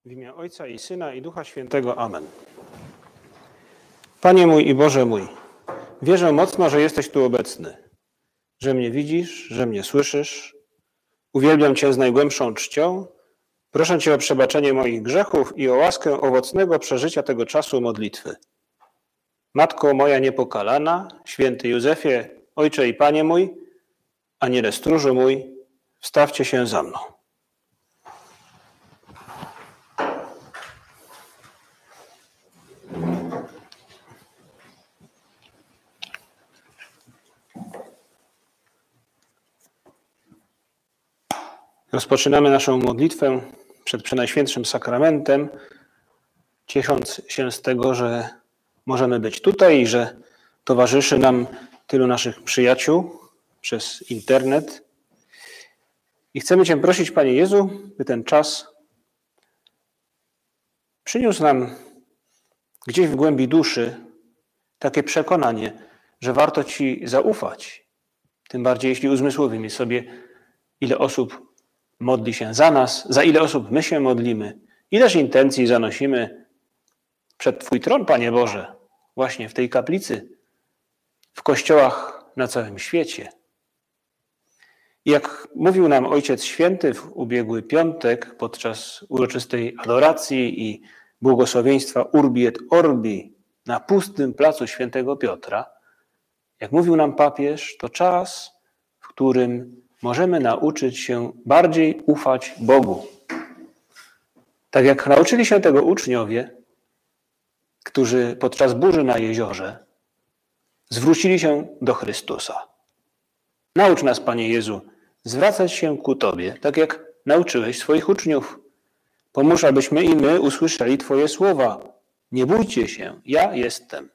W imię Ojca i Syna i Ducha Świętego. Amen. Panie mój i Boże mój, wierzę mocno, że jesteś tu obecny, że mnie widzisz, że mnie słyszysz. Uwielbiam Cię z najgłębszą czcią. Proszę Cię o przebaczenie moich grzechów i o łaskę owocnego przeżycia tego czasu modlitwy. Matko moja niepokalana, święty Józefie, Ojcze i Panie mój, Aniele stróżu mój, wstawcie się za mną. Rozpoczynamy naszą modlitwę przed Przenajświętszym Sakramentem, ciesząc się z tego, że możemy być tutaj i że towarzyszy nam tylu naszych przyjaciół przez internet. I chcemy Cię prosić, Panie Jezu, by ten czas przyniósł nam gdzieś w głębi duszy takie przekonanie, że warto Ci zaufać. Tym bardziej, jeśli uzmysłowimy sobie, ile osób modli się za nas, za ile osób my się modlimy, ileż intencji zanosimy przed Twój tron, Panie Boże, właśnie w tej kaplicy, w kościołach na całym świecie. I jak mówił nam Ojciec Święty w ubiegły piątek podczas uroczystej adoracji i błogosławieństwa Urbi et Orbi na pustym placu Świętego Piotra, jak mówił nam papież, to czas, w którym możemy nauczyć się bardziej ufać Bogu. Tak jak nauczyli się tego uczniowie, którzy podczas burzy na jeziorze zwrócili się do Chrystusa. Naucz nas, Panie Jezu, zwracać się ku Tobie, tak jak nauczyłeś swoich uczniów. Pomóż, abyśmy i my usłyszeli Twoje słowa. Nie bójcie się, ja jestem.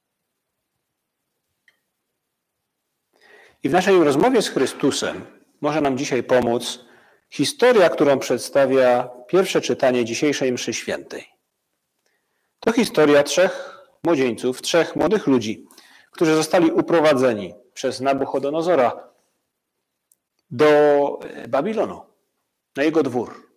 I w naszej rozmowie z Chrystusem może nam dzisiaj pomóc historia, którą przedstawia pierwsze czytanie dzisiejszej mszy świętej. To historia trzech młodzieńców, trzech młodych ludzi, którzy zostali uprowadzeni przez Nabuchodonozora do Babilonu, na jego dwór.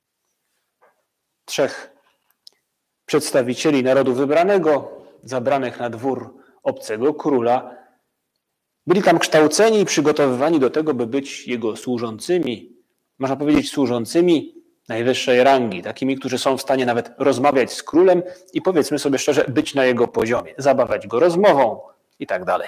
Trzech przedstawicieli narodu wybranego, zabranych na dwór obcego króla, byli tam kształceni i przygotowywani do tego, by być jego służącymi, można powiedzieć służącymi najwyższej rangi, takimi, którzy są w stanie nawet rozmawiać z królem i powiedzmy sobie szczerze, być na jego poziomie, zabawiać go rozmową i tak dalej.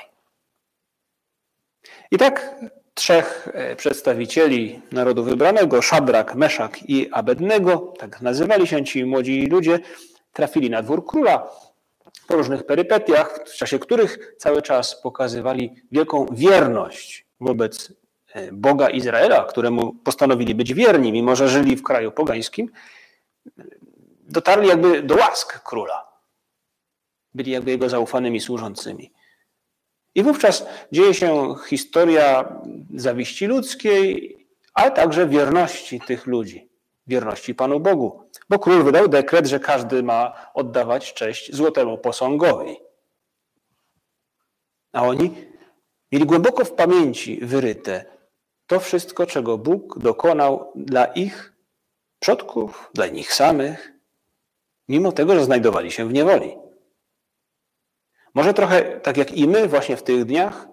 I tak trzech przedstawicieli narodu wybranego, Szadrak, Meszak i Abednego, tak nazywali się ci młodzi ludzie, trafili na dwór króla po różnych perypetiach, w czasie których cały czas pokazywali wielką wierność wobec Boga Izraela, któremu postanowili być wierni, mimo że żyli w kraju pogańskim, dotarli jakby do łask króla. Byli jakby jego zaufanymi służącymi. I wówczas dzieje się historia zawiści ludzkiej, ale także wierności tych ludzi, wierności Panu Bogu. Bo król wydał dekret, że każdy ma oddawać cześć złotemu posągowi. A oni mieli głęboko w pamięci wyryte to wszystko, czego Bóg dokonał dla ich przodków, dla nich samych, mimo tego, że znajdowali się w niewoli. Może trochę tak jak i my właśnie w tych dniach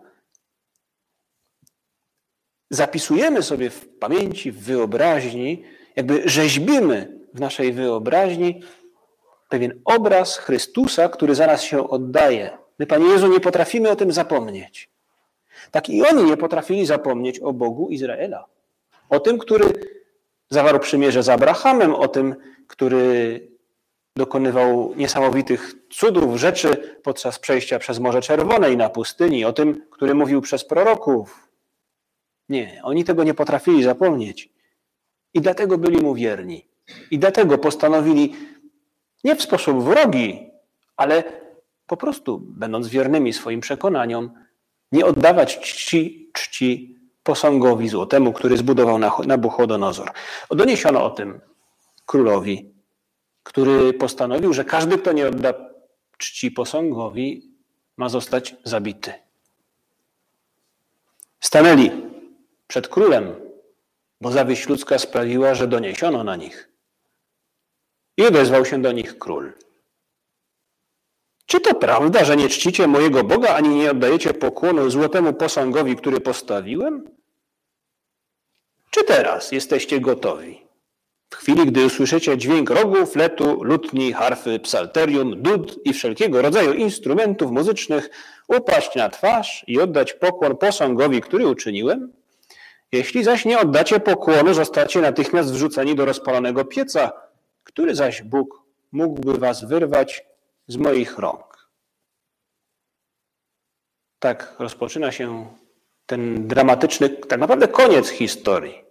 zapisujemy sobie w pamięci, w wyobraźni, jakby rzeźbimy w naszej wyobraźni pewien obraz Chrystusa, który za nas się oddaje. My, Panie Jezu, nie potrafimy o tym zapomnieć. Tak i oni nie potrafili zapomnieć o Bogu Izraela. O tym, który zawarł przymierze z Abrahamem, o tym, który dokonywał niesamowitych cudów, rzeczy podczas przejścia przez Morze Czerwone i na pustyni, o tym, który mówił przez proroków. Nie, oni tego nie potrafili zapomnieć. I dlatego byli mu wierni. I dlatego postanowili nie w sposób wrogi, ale po prostu, będąc wiernymi swoim przekonaniom, nie oddawać czci posągowi złotemu, który zbudował Nabuchodonozor. Doniesiono o tym królowi, który postanowił, że każdy, kto nie odda czci posągowi, ma zostać zabity. Stanęli przed królem, bo zawiść ludzka sprawiła, że doniesiono na nich. I odezwał się do nich król. Czy to prawda, że nie czcicie mojego Boga, ani nie oddajecie pokłonu złotemu posągowi, który postawiłem? Czy teraz jesteście gotowi? W chwili, gdy usłyszycie dźwięk rogu, fletu, lutni, harfy, psalterium, dud i wszelkiego rodzaju instrumentów muzycznych, upaść na twarz i oddać pokłon posągowi, który uczyniłem? Jeśli zaś nie oddacie pokłonu, zostacie natychmiast wrzuceni do rozpalonego pieca, który zaś Bóg mógłby was wyrwać z moich rąk. Tak rozpoczyna się ten dramatyczny, tak naprawdę koniec historii.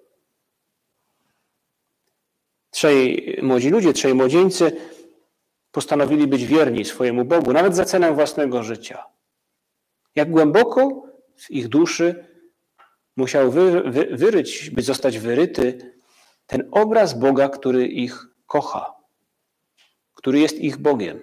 Trzej młodzi ludzie, trzej młodzieńcy postanowili być wierni swojemu Bogu, nawet za cenę własnego życia. Jak głęboko w ich duszy musiał zostać wyryty ten obraz Boga, który ich kocha, który jest ich Bogiem.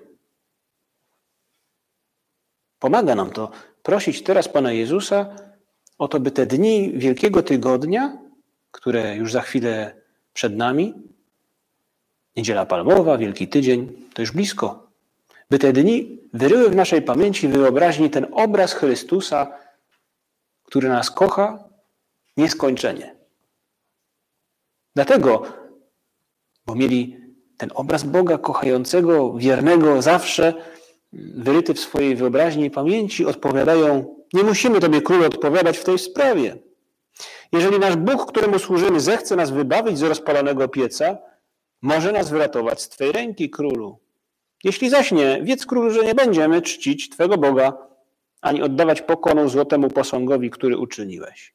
Pomaga nam to prosić teraz Pana Jezusa o to, by te dni Wielkiego Tygodnia, które już za chwilę przed nami, Niedziela Palmowa, Wielki Tydzień, to już blisko, by te dni wyryły w naszej pamięci, wyobraźni ten obraz Chrystusa, który nas kocha nieskończenie. Dlatego, bo mieli ten obraz Boga kochającego, wiernego, zawsze wyryty w swojej wyobraźni i pamięci, odpowiadają: nie musimy Tobie, Królu, odpowiadać w tej sprawie. Jeżeli nasz Bóg, któremu służymy, zechce nas wybawić z rozpalonego pieca, może nas wyratować z Twej ręki, Królu. Jeśli zaś nie, wiedz, Królu, że nie będziemy czcić Twego Boga, ani oddawać pokłonu złotemu posągowi, który uczyniłeś.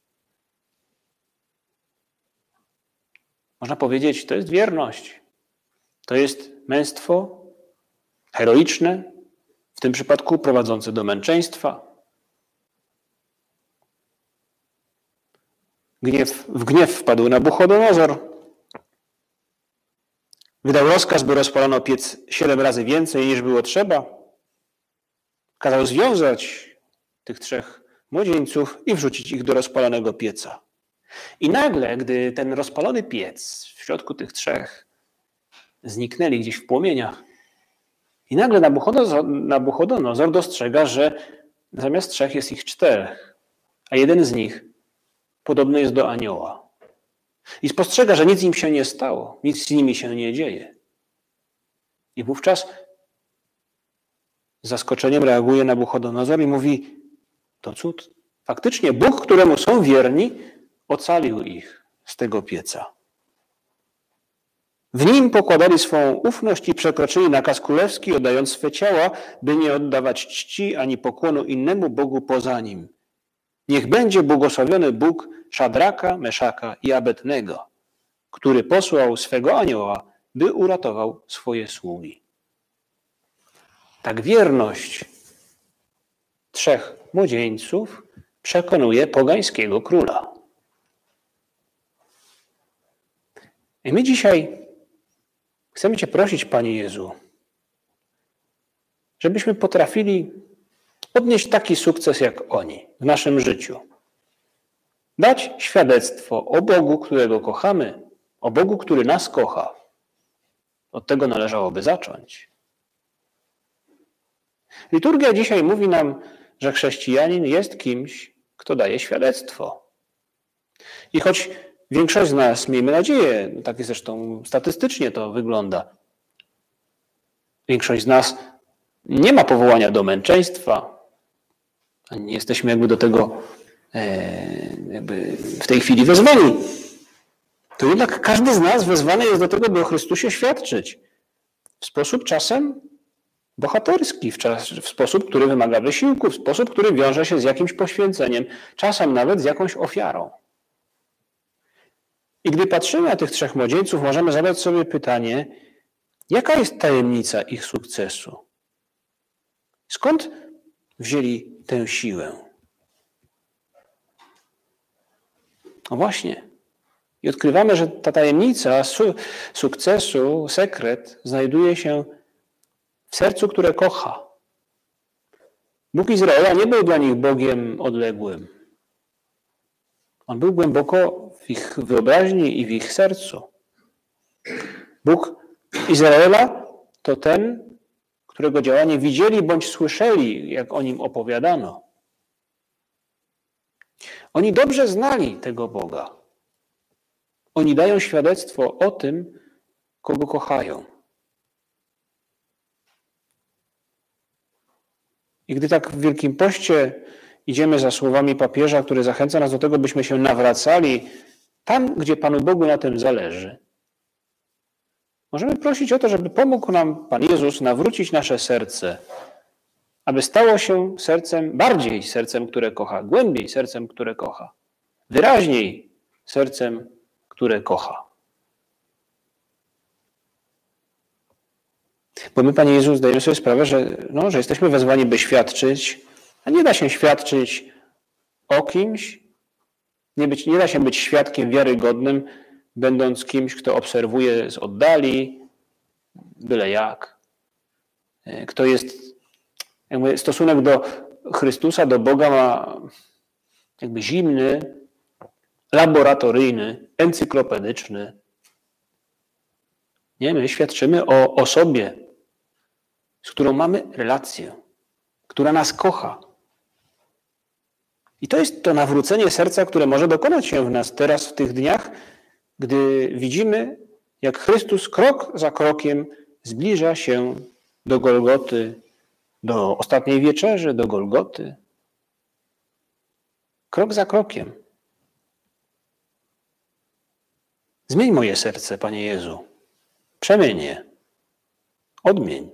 Można powiedzieć, to jest wierność. To jest męstwo heroiczne, w tym przypadku prowadzące do męczeństwa. W gniew wpadł Nabuchodonozor. Wydał rozkaz, by rozpalono piec 7 razy więcej, niż było trzeba. Kazał związać tych 3 młodzieńców i wrzucić ich do rozpalonego pieca. I nagle, gdy ten rozpalony piec w środku tych 3 zniknęli gdzieś w płomieniach, i nagle Nabuchodonozor dostrzega, że zamiast 3 jest ich 4, a jeden z nich podobny jest do anioła. I spostrzega, że nic im się nie stało, nic z nimi się nie dzieje. I wówczas z zaskoczeniem reaguje Nabuchodonozor i mówi: to cud. Faktycznie Bóg, któremu są wierni, ocalił ich z tego pieca. W nim pokładali swą ufność i przekroczyli nakaz królewski, oddając swe ciała, by nie oddawać czci ani pokłonu innemu Bogu poza nim. Niech będzie błogosławiony Bóg Szadraka, Meszaka i Abednego, który posłał swego anioła, by uratował swoje sługi. Tak wierność 3 młodzieńców przekonuje pogańskiego króla. I my dzisiaj chcemy Cię prosić, Panie Jezu, żebyśmy potrafili odnieść taki sukces jak oni w naszym życiu. Dać świadectwo o Bogu, którego kochamy, o Bogu, który nas kocha. Od tego należałoby zacząć. Liturgia dzisiaj mówi nam, że chrześcijanin jest kimś, kto daje świadectwo. I choć większość z nas, miejmy nadzieję, tak zresztą statystycznie to wygląda, większość z nas nie ma powołania do męczeństwa, nie jesteśmy jakby do tego w tej chwili wezwani, to jednak każdy z nas wezwany jest do tego, by o Chrystusie świadczyć. W sposób czasem bohaterski, w sposób, który wymaga wysiłku, w sposób, który wiąże się z jakimś poświęceniem, czasem nawet z jakąś ofiarą. I gdy patrzymy na tych 3 młodzieńców, możemy zadać sobie pytanie, jaka jest tajemnica ich sukcesu? Skąd wzięli tę siłę? No właśnie. I odkrywamy, że ta tajemnica sukcesu, sekret znajduje się w sercu, które kocha. Bóg Izraela nie był dla nich Bogiem odległym. On był głęboko w ich wyobraźni i w ich sercu. Bóg Izraela to ten, którego działanie widzieli bądź słyszeli, jak o nim opowiadano. Oni dobrze znali tego Boga. Oni dają świadectwo o tym, kogo kochają. I gdy tak w Wielkim Poście idziemy za słowami papieża, który zachęca nas do tego, byśmy się nawracali tam, gdzie Panu Bogu na tym zależy, możemy prosić o to, żeby pomógł nam Pan Jezus nawrócić nasze serce, aby stało się sercem, bardziej sercem, które kocha, głębiej sercem, które kocha, wyraźniej sercem, które kocha. Bo my, Panie Jezu, zdajemy sobie sprawę, że jesteśmy wezwani, by świadczyć, a nie da się świadczyć o kimś, nie da się być świadkiem wiarygodnym, będąc kimś, kto obserwuje z oddali, byle jak. Kto jest, jakby stosunek do Chrystusa, do Boga ma jakby zimny, laboratoryjny, encyklopedyczny. Nie, my świadczymy o osobie, z którą mamy relację, która nas kocha. I to jest to nawrócenie serca, które może dokonać się w nas teraz, w tych dniach, gdy widzimy, jak Chrystus krok za krokiem zbliża się do Golgoty, do ostatniej wieczerzy, do Golgoty. Krok za krokiem. Zmień moje serce, Panie Jezu. Przemień je. Odmień.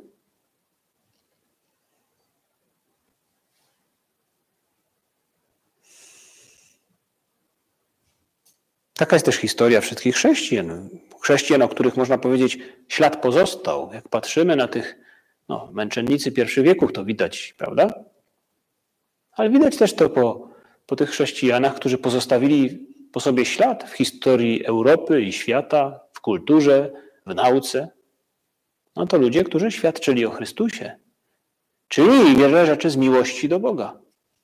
Taka jest też historia wszystkich chrześcijan. Chrześcijan, o których można powiedzieć ślad pozostał. Jak patrzymy na tych męczennicy pierwszych wieków, to widać, prawda? Ale widać też to po tych chrześcijanach, którzy pozostawili po sobie ślad w historii Europy i świata, w kulturze, w nauce. No to ludzie, którzy świadczyli o Chrystusie. Czynili wiele rzeczy z miłości do Boga.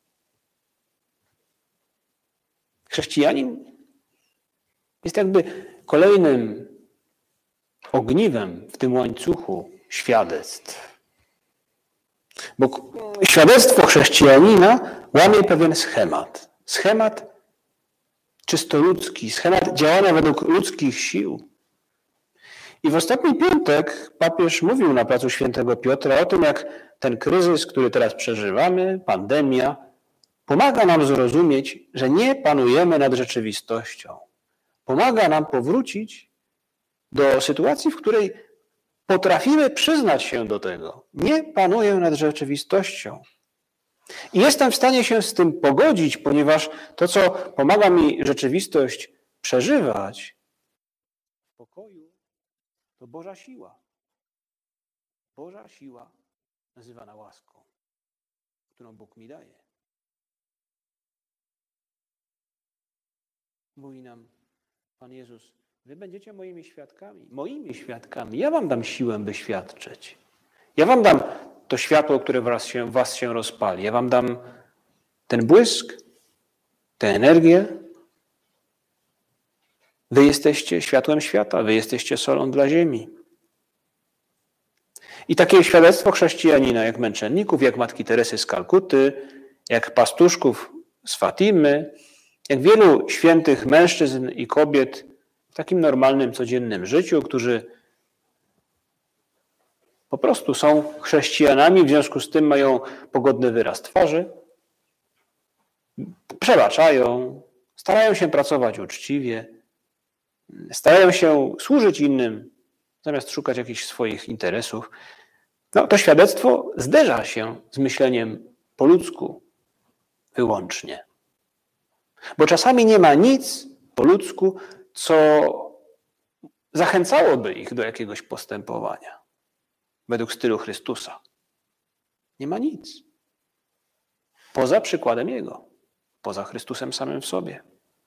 Chrześcijanin jest jakby kolejnym ogniwem w tym łańcuchu świadectw. Bo świadectwo chrześcijanina łamie pewien schemat. Schemat czysto ludzki, schemat działania według ludzkich sił. I w ostatni piątek papież mówił na placu Świętego Piotra o tym, jak ten kryzys, który teraz przeżywamy, pandemia, pomaga nam zrozumieć, że nie panujemy nad rzeczywistością. Pomaga nam powrócić do sytuacji, w której potrafimy przyznać się do tego. Nie panuję nad rzeczywistością. I jestem w stanie się z tym pogodzić, ponieważ to, co pomaga mi rzeczywistość przeżywać w pokoju, to Boża siła. Boża siła nazywana łaską, którą Bóg mi daje. Mówi nam Pan Jezus, wy będziecie moimi świadkami. Moimi świadkami. Ja wam dam siłę, by świadczyć. Ja wam dam to światło, które w was się rozpali. Ja wam dam ten błysk, tę energię. Wy jesteście światłem świata. Wy jesteście solą dla ziemi. I takie świadectwo chrześcijanina, jak męczenników, jak Matki Teresy z Kalkuty, jak pastuszków z Fatimy, jak wielu świętych mężczyzn i kobiet w takim normalnym, codziennym życiu, którzy po prostu są chrześcijanami, w związku z tym mają pogodny wyraz twarzy, przebaczają, starają się pracować uczciwie, starają się służyć innym, zamiast szukać jakichś swoich interesów. To świadectwo zderza się z myśleniem po ludzku wyłącznie. Bo czasami nie ma nic po ludzku, co zachęcałoby ich do jakiegoś postępowania według stylu Chrystusa. Nie ma nic. Poza przykładem Jego. Poza Chrystusem samym w sobie.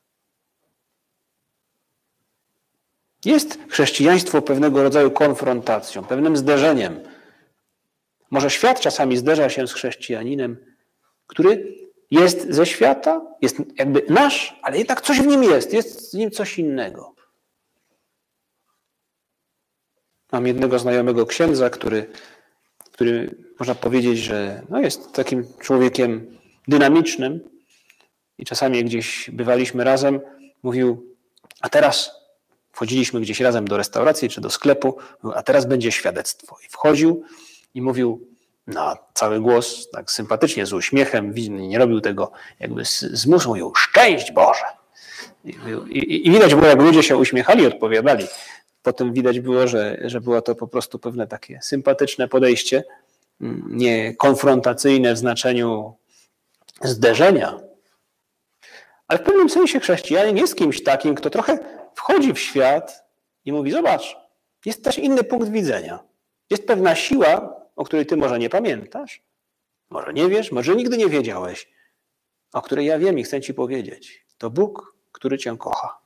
Jest chrześcijaństwo pewnego rodzaju konfrontacją, pewnym zderzeniem. Może świat czasami zderza się z chrześcijaninem, który jest ze świata, jest jakby nasz, ale jednak coś w nim jest w nim coś innego. Mam jednego znajomego księdza, który można powiedzieć, że jest takim człowiekiem dynamicznym i czasami gdzieś bywaliśmy razem, mówił, a teraz wchodziliśmy gdzieś razem do restauracji czy do sklepu, a teraz będzie świadectwo. I wchodził i mówił na cały głos, tak sympatycznie, z uśmiechem, nie robił tego jakby z musu, mówił, szczęść Boże. I widać było, jak ludzie się uśmiechali, odpowiadali. Potem widać było, że było to po prostu pewne takie sympatyczne podejście, nie konfrontacyjne w znaczeniu zderzenia. Ale w pewnym sensie chrześcijanin jest kimś takim, kto trochę wchodzi w świat i mówi, zobacz, jest też inny punkt widzenia. Jest pewna siła, o której ty może nie pamiętasz, może nie wiesz, może nigdy nie wiedziałeś, o której ja wiem i chcę ci powiedzieć. To Bóg, który cię kocha.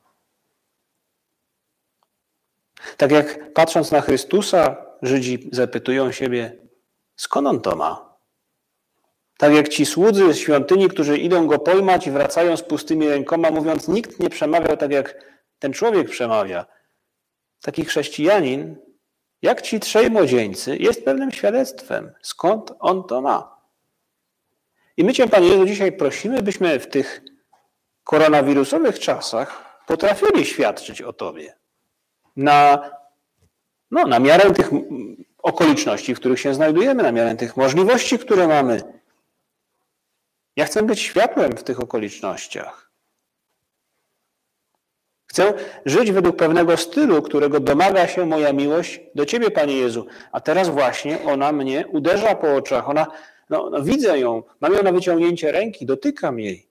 Tak jak patrząc na Chrystusa, Żydzi zapytują siebie, skąd on to ma? Tak jak ci słudzy z świątyni, którzy idą go pojmać i wracają z pustymi rękoma, mówiąc, nikt nie przemawiał tak, jak ten człowiek przemawia. Taki chrześcijanin, jak ci trzej młodzieńcy, jest pewnym świadectwem, skąd on to ma. I my Cię, Panie Jezu, dzisiaj prosimy, byśmy w tych koronawirusowych czasach potrafili świadczyć o Tobie. Na miarę tych okoliczności, w których się znajdujemy, na miarę tych możliwości, które mamy. Ja chcę być światłem w tych okolicznościach. Chcę żyć według pewnego stylu, którego domaga się moja miłość do Ciebie, Panie Jezu. A teraz właśnie ona mnie uderza po oczach. Ona, widzę ją, mam ją na wyciągnięcie ręki, dotykam jej.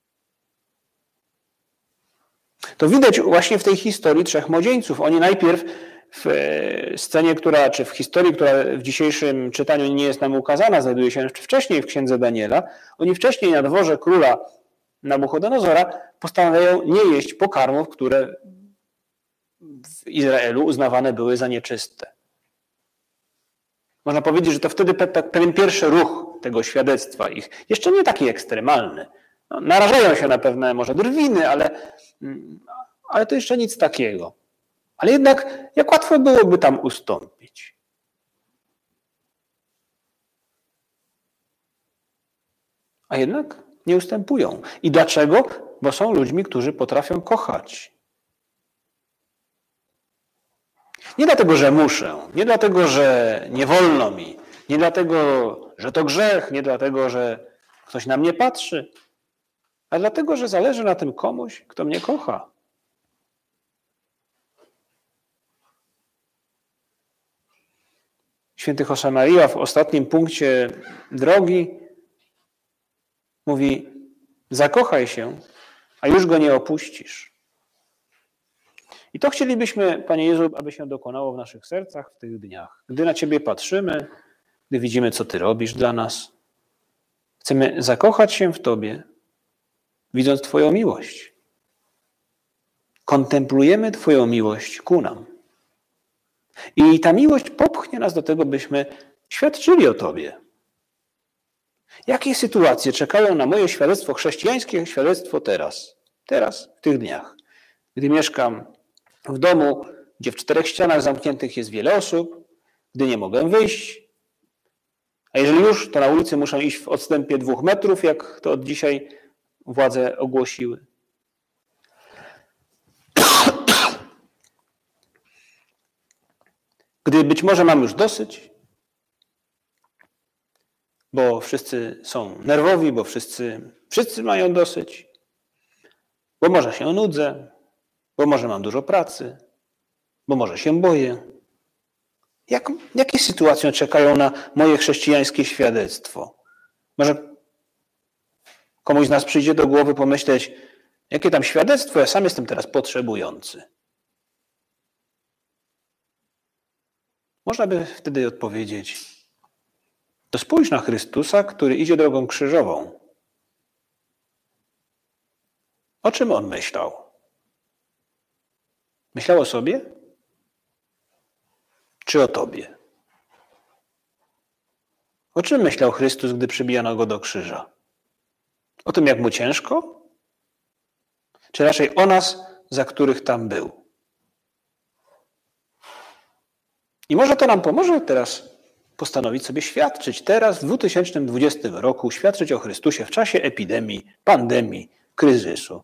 To widać właśnie w tej historii trzech młodzieńców. Oni najpierw w scenie, czy w historii, która w dzisiejszym czytaniu nie jest nam ukazana, znajduje się wcześniej w księdze Daniela, oni wcześniej na dworze króla Nabuchodonozora postanawiają nie jeść pokarmów, które w Izraelu uznawane były za nieczyste. Można powiedzieć, że to wtedy pewien pierwszy ruch tego świadectwa ich, jeszcze nie taki ekstremalny. Narażają się na pewne może drwiny, ale to jeszcze nic takiego. Ale jednak jak łatwo byłoby tam ustąpić? A jednak nie ustępują. I dlaczego? Bo są ludźmi, którzy potrafią kochać. Nie dlatego, że muszę, nie dlatego, że nie wolno mi, nie dlatego, że to grzech, nie dlatego, że ktoś na mnie patrzy, ale dlatego, że zależy na tym komuś, kto mnie kocha. Święty Josemaria w ostatnim punkcie drogi mówi, zakochaj się, a już go nie opuścisz. I to chcielibyśmy, Panie Jezu, aby się dokonało w naszych sercach w tych dniach. Gdy na Ciebie patrzymy, gdy widzimy, co Ty robisz dla nas, chcemy zakochać się w Tobie, widząc Twoją miłość. Kontemplujemy Twoją miłość ku nam. I ta miłość popchnie nas do tego, byśmy świadczyli o Tobie. Jakie sytuacje czekają na moje świadectwo, chrześcijańskie świadectwo teraz, w tych dniach, gdy mieszkam w domu, gdzie w 4 ścianach zamkniętych jest wiele osób, gdy nie mogę wyjść, a jeżeli już, to na ulicy muszę iść w odstępie 2 metrów, jak to od dzisiaj władze ogłosiły. Gdy być może mam już dosyć, bo wszyscy są nerwowi, bo wszyscy mają dosyć, bo może się nudzę, bo może mam dużo pracy, bo może się boję. Jakie sytuacje czekają na moje chrześcijańskie świadectwo? Może komuś z nas przyjdzie do głowy pomyśleć, jakie tam świadectwo, ja sam jestem teraz potrzebujący. Można by wtedy odpowiedzieć, to spójrz na Chrystusa, który idzie drogą krzyżową. O czym on myślał? Myślał o sobie? Czy o tobie? O czym myślał Chrystus, gdy przybijano go do krzyża? O tym, jak mu ciężko? Czy raczej o nas, za których tam był? I może to nam pomoże teraz postanowić sobie świadczyć teraz w 2020 roku, świadczyć o Chrystusie w czasie epidemii, pandemii, kryzysu.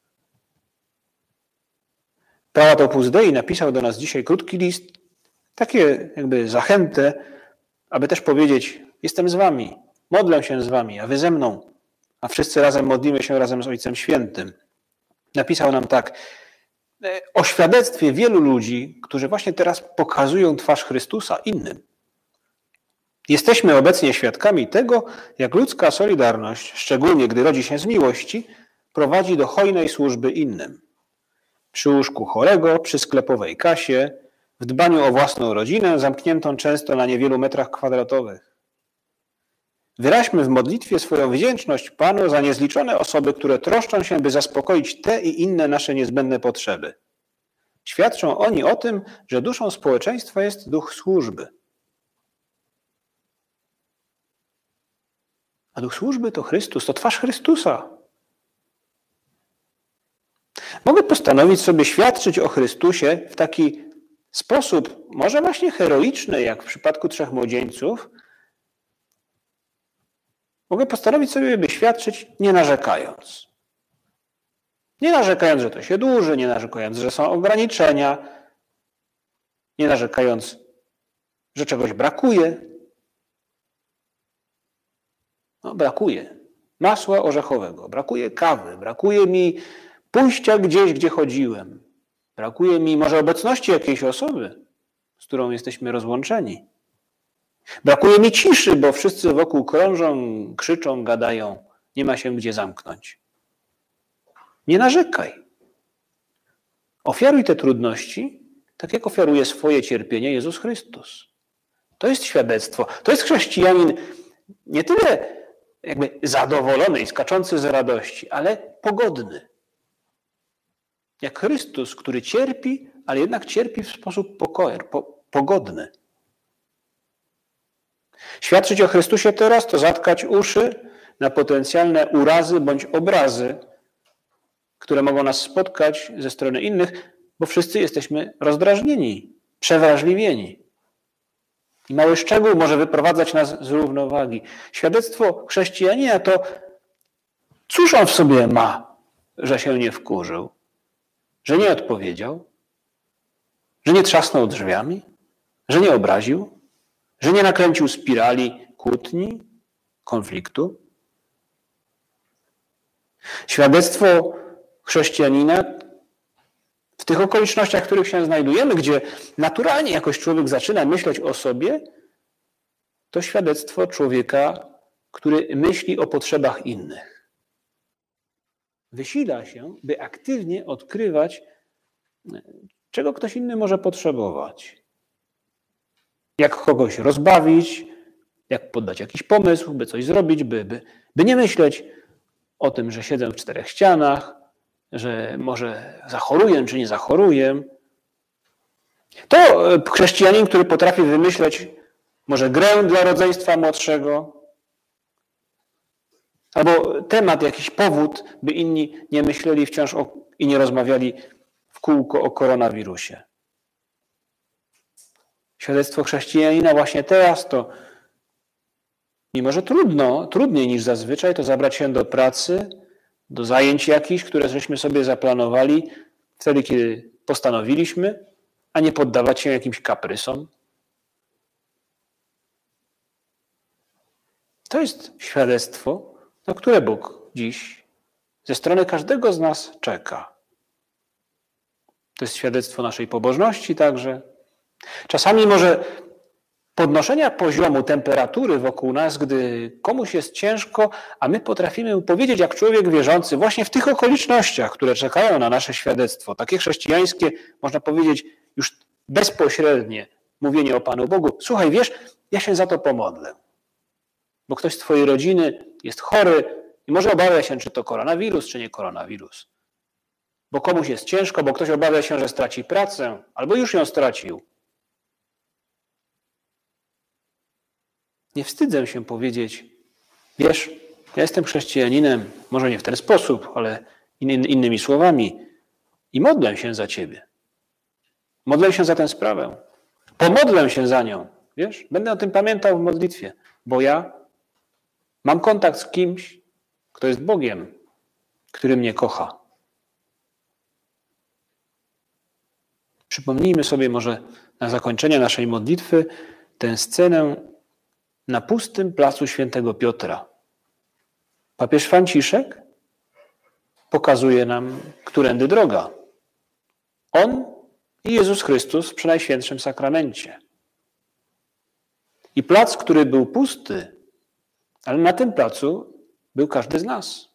Prałat Opus Dei napisał do nas dzisiaj krótki list, takie jakby zachętę, aby też powiedzieć: jestem z wami, modlę się z wami, a wy ze mną, a wszyscy razem modlimy się razem z Ojcem Świętym. Napisał nam tak o świadectwie wielu ludzi, którzy właśnie teraz pokazują twarz Chrystusa innym. Jesteśmy obecnie świadkami tego, jak ludzka solidarność, szczególnie gdy rodzi się z miłości, prowadzi do hojnej służby innym. Przy łóżku chorego, przy sklepowej kasie, w dbaniu o własną rodzinę, zamkniętą często na niewielu metrach kwadratowych. Wyraźmy w modlitwie swoją wdzięczność Panu za niezliczone osoby, które troszczą się, by zaspokoić te i inne nasze niezbędne potrzeby. Świadczą oni o tym, że duszą społeczeństwa jest duch służby. A duch służby to Chrystus, to twarz Chrystusa. Mogę postanowić sobie świadczyć o Chrystusie w taki sposób, może właśnie heroiczny, jak w przypadku 3 młodzieńców. Mogę postanowić sobie, by świadczyć nie narzekając. Nie narzekając, że to się dłuży, nie narzekając, że są ograniczenia, nie narzekając, że czegoś brakuje. No, brakuje masła orzechowego, brakuje kawy, brakuje mi pójścia gdzieś, gdzie chodziłem. Brakuje mi może obecności jakiejś osoby, z którą jesteśmy rozłączeni. Brakuje mi ciszy, bo wszyscy wokół krążą, krzyczą, gadają. Nie ma się gdzie zamknąć. Nie narzekaj. Ofiaruj te trudności, tak jak ofiaruje swoje cierpienie Jezus Chrystus. To jest świadectwo. To jest chrześcijanin nie tyle jakby zadowolony i skaczący z radości, ale pogodny. Jak Chrystus, który cierpi, ale jednak cierpi w sposób pogodny. Świadczyć o Chrystusie teraz to zatkać uszy na potencjalne urazy bądź obrazy, które mogą nas spotkać ze strony innych, bo wszyscy jesteśmy rozdrażnieni, przewrażliwieni. I mały szczegół może wyprowadzać nas z równowagi. Świadectwo chrześcijanina to cóż on w sobie ma, że się nie wkurzył, że nie odpowiedział, że nie trzasnął drzwiami, że nie obraził, że nie nakręcił spirali kłótni, konfliktu. Świadectwo chrześcijanina w tych okolicznościach, w których się znajdujemy, gdzie naturalnie jakoś człowiek zaczyna myśleć o sobie, to świadectwo człowieka, który myśli o potrzebach innych. Wysila się, by aktywnie odkrywać, czego ktoś inny może potrzebować. Jak kogoś rozbawić, jak poddać jakiś pomysł, by coś zrobić, by nie myśleć o tym, że siedzę w 4 ścianach, że może zachoruję czy nie zachoruję. To chrześcijanin, który potrafi wymyśleć może grę dla rodzeństwa młodszego, albo temat, jakiś powód, by inni nie myśleli wciąż i nie rozmawiali w kółko o koronawirusie. Świadectwo chrześcijanina właśnie teraz to, mimo że trudniej niż zazwyczaj, to zabrać się do pracy, do zajęć jakichś, które żeśmy sobie zaplanowali wtedy, kiedy postanowiliśmy, a nie poddawać się jakimś kaprysom. To jest świadectwo, na które Bóg dziś ze strony każdego z nas czeka. To jest świadectwo naszej pobożności także. Czasami może podnoszenia poziomu temperatury wokół nas, gdy komuś jest ciężko, a my potrafimy powiedzieć jak człowiek wierzący właśnie w tych okolicznościach, które czekają na nasze świadectwo. Takie chrześcijańskie, można powiedzieć już bezpośrednie mówienie o Panu Bogu. Słuchaj, wiesz, ja się za to pomodlę. Bo ktoś z twojej rodziny jest chory i może obawia się, czy to koronawirus, czy nie koronawirus. Bo komuś jest ciężko, bo ktoś obawia się, że straci pracę, albo już ją stracił. Nie wstydzę się powiedzieć, wiesz, ja jestem chrześcijaninem, może nie w ten sposób, ale innymi słowami i modlę się za ciebie. Modlę się za tę sprawę. Pomodlę się za nią. Wiesz? Będę o tym pamiętał w modlitwie, bo ja mam kontakt z kimś, kto jest Bogiem, który mnie kocha. Przypomnijmy sobie może na zakończenie naszej modlitwy tę scenę na pustym placu Świętego Piotra. Papież Franciszek pokazuje nam, którędy droga. On i Jezus Chrystus przy Najświętszym Sakramencie. I plac, który był pusty, ale na tym placu był każdy z nas.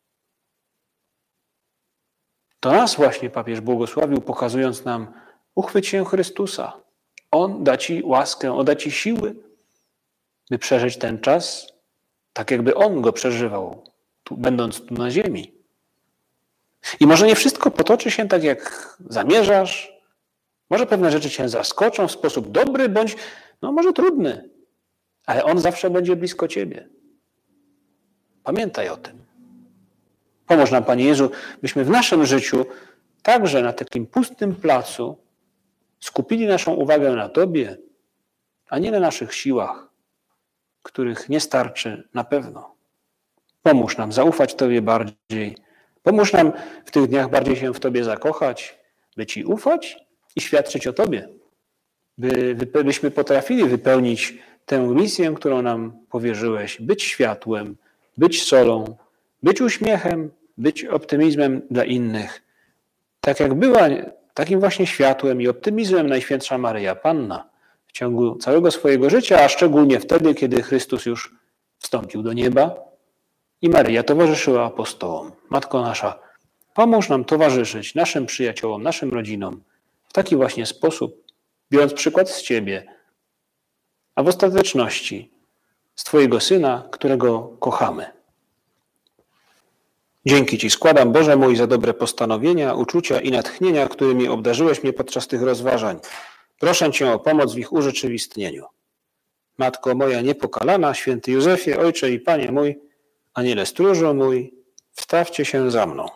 To nas właśnie papież błogosławił, pokazując nam, uchwyć się Chrystusa. On da ci łaskę, on da ci siły, by przeżyć ten czas, tak jakby on go przeżywał, będąc tu na ziemi. I może nie wszystko potoczy się tak, jak zamierzasz. Może pewne rzeczy cię zaskoczą w sposób dobry, bądź może trudny. Ale on zawsze będzie blisko ciebie. Pamiętaj o tym. Pomóż nam, Panie Jezu, byśmy w naszym życiu, także na takim pustym placu, skupili naszą uwagę na Tobie, a nie na naszych siłach, których nie starczy na pewno. Pomóż nam zaufać Tobie bardziej. Pomóż nam w tych dniach bardziej się w Tobie zakochać, by Ci ufać i świadczyć o Tobie. Byśmy potrafili wypełnić tę misję, którą nam powierzyłeś. Być światłem, być solą, być uśmiechem, być optymizmem dla innych. Tak jak była takim właśnie światłem i optymizmem Najświętsza Maryja Panna w ciągu całego swojego życia, a szczególnie wtedy, kiedy Chrystus już wstąpił do nieba i Maryja towarzyszyła apostołom. Matko nasza, pomóż nam towarzyszyć naszym przyjaciołom, naszym rodzinom w taki właśnie sposób, biorąc przykład z Ciebie, a w ostateczności z Twojego Syna, którego kochamy. Dzięki Ci składam, Boże mój, za dobre postanowienia, uczucia i natchnienia, którymi obdarzyłeś mnie podczas tych rozważań. Proszę Cię o pomoc w ich urzeczywistnieniu. Matko moja niepokalana, święty Józefie, Ojcze i Panie mój, Aniele stróżu mój, wstawcie się za mną.